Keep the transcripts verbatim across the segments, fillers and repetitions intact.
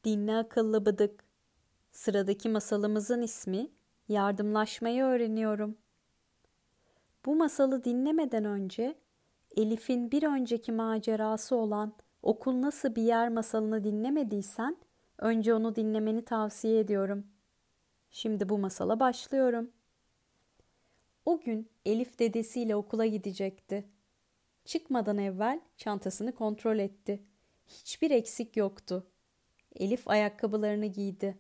Dinle akıllı bıdık. Sıradaki masalımızın ismi Yardımlaşmayı Öğreniyorum. Bu masalı dinlemeden önce Elif'in bir önceki macerası olan Okul Nasıl Bir Yer masalını dinlemediysen önce onu dinlemeni tavsiye ediyorum. Şimdi bu masala başlıyorum. O gün Elif dedesiyle okula gidecekti. Çıkmadan evvel çantasını kontrol etti. Hiçbir eksik yoktu. Elif ayakkabılarını giydi.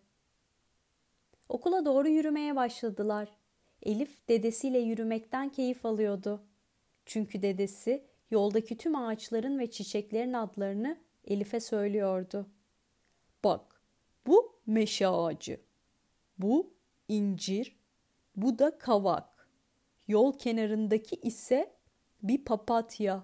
Okula doğru yürümeye başladılar. Elif dedesiyle yürümekten keyif alıyordu. Çünkü dedesi yoldaki tüm ağaçların ve çiçeklerin adlarını Elif'e söylüyordu. Bak, bu meşe ağacı, bu incir, bu da kavak. Yol kenarındaki ise bir papatya.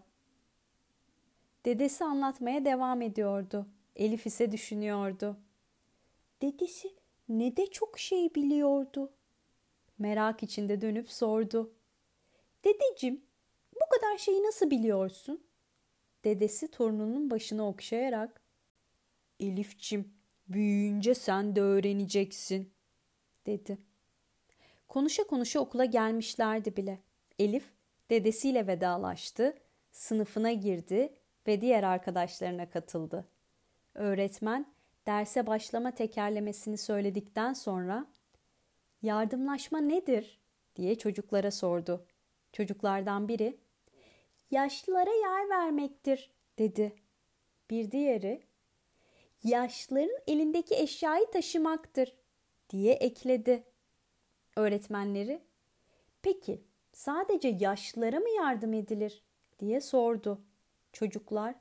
Dedesi anlatmaya devam ediyordu. Elif ise düşünüyordu. Dedesi ne de çok şey biliyordu. Merak içinde dönüp sordu. Dedeciğim, bu kadar şeyi nasıl biliyorsun? Dedesi torununun başını okşayarak, Elifçim, büyüyünce sen de öğreneceksin, dedi. Konuşa konuşa okula gelmişlerdi bile. Elif dedesiyle vedalaştı, sınıfına girdi ve diğer arkadaşlarına katıldı. Öğretmen derse başlama tekerlemesini söyledikten sonra yardımlaşma nedir diye çocuklara sordu. Çocuklardan biri yaşlılara yer vermektir dedi. Bir diğeri yaşlıların elindeki eşyayı taşımaktır diye ekledi. Öğretmenleri peki sadece yaşlılara mı yardım edilir diye sordu. Çocuklar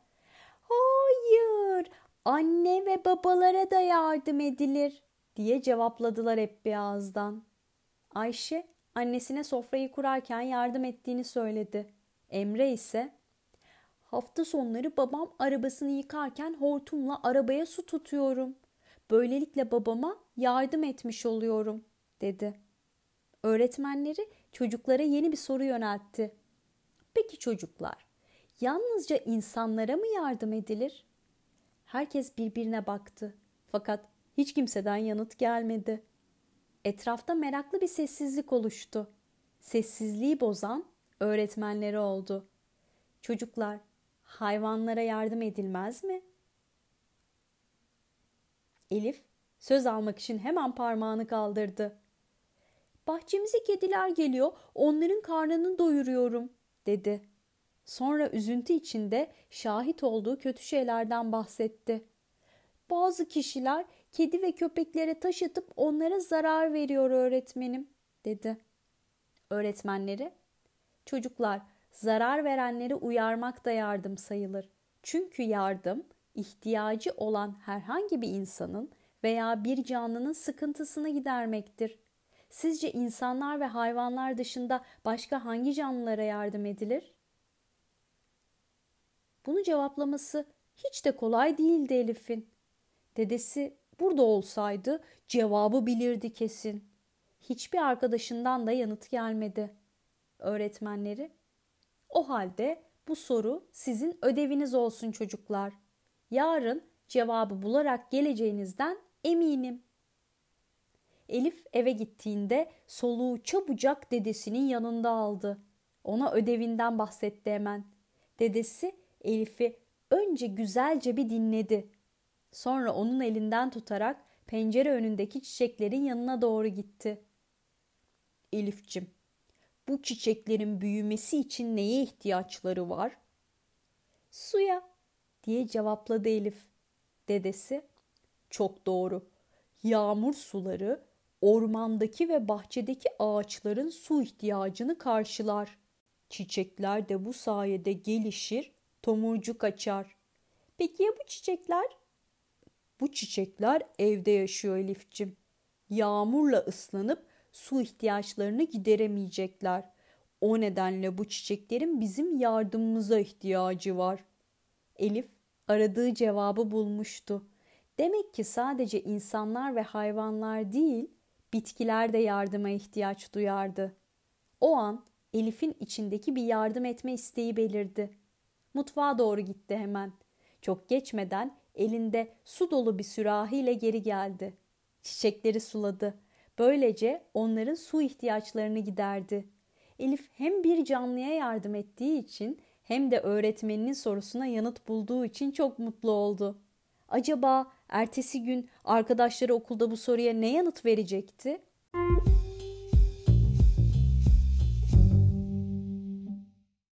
hayır, anne ve babalara da yardım edilir diye cevapladılar hep bir ağızdan. Ayşe annesine sofrayı kurarken yardım ettiğini söyledi. Emre ise hafta sonları babam arabasını yıkarken hortumla arabaya su tutuyorum. Böylelikle babama yardım etmiş oluyorum dedi. Öğretmenleri çocuklara yeni bir soru yöneltti. Peki çocuklar, yalnızca insanlara mı yardım edilir? Herkes birbirine baktı. Fakat hiç kimseden yanıt gelmedi. Etrafta meraklı bir sessizlik oluştu. Sessizliği bozan öğretmenleri oldu. Çocuklar, hayvanlara yardım edilmez mi? Elif söz almak için hemen parmağını kaldırdı. Bahçemize kediler geliyor, onların karnını doyuruyorum, dedi. Sonra üzüntü içinde şahit olduğu kötü şeylerden bahsetti. Bazı kişiler kedi ve köpeklere taş atıp onlara zarar veriyor öğretmenim, dedi. Öğretmenleri, çocuklar, zarar verenleri uyarmak da yardım sayılır. Çünkü yardım, ihtiyacı olan herhangi bir insanın veya bir canlının sıkıntısını gidermektir. Sizce insanlar ve hayvanlar dışında başka hangi canlılara yardım edilir? Bunu cevaplaması hiç de kolay değildi Elif'in. Dedesi burada olsaydı cevabı bilirdi kesin. Hiçbir arkadaşından da yanıt gelmedi. Öğretmenleri, o halde bu soru sizin ödeviniz olsun çocuklar. Yarın cevabı bularak geleceğinizden eminim. Elif eve gittiğinde soluğu çabucak dedesinin yanında aldı. Ona ödevinden bahsetti hemen. Dedesi Elif'i önce güzelce bir dinledi. Sonra onun elinden tutarak pencere önündeki çiçeklerin yanına doğru gitti. Elif'cim, bu çiçeklerin büyümesi için neye ihtiyaçları var? Suya, diye cevapladı Elif. Dedesi, çok doğru. Yağmur suları ormandaki ve bahçedeki ağaçların su ihtiyacını karşılar. Çiçekler de bu sayede gelişir, tomurcuk açar. Peki ya bu çiçekler? Bu çiçekler evde yaşıyor Elif'cim. Yağmurla ıslanıp su ihtiyaçlarını gideremeyecekler. O nedenle bu çiçeklerin bizim yardımımıza ihtiyacı var. Elif aradığı cevabı bulmuştu. Demek ki sadece insanlar ve hayvanlar değil, bitkiler de yardıma ihtiyaç duyardı. O an Elif'in içindeki bir yardım etme isteği belirdi. Mutfağa doğru gitti hemen. Çok geçmeden Elinde su dolu bir sürahiyle geri geldi. Çiçekleri suladı. Böylece onların su ihtiyaçlarını giderdi. Elif hem bir canlıya yardım ettiği için hem de öğretmeninin sorusuna yanıt bulduğu için çok mutlu oldu. Acaba ertesi gün arkadaşları okulda bu soruya ne yanıt verecekti?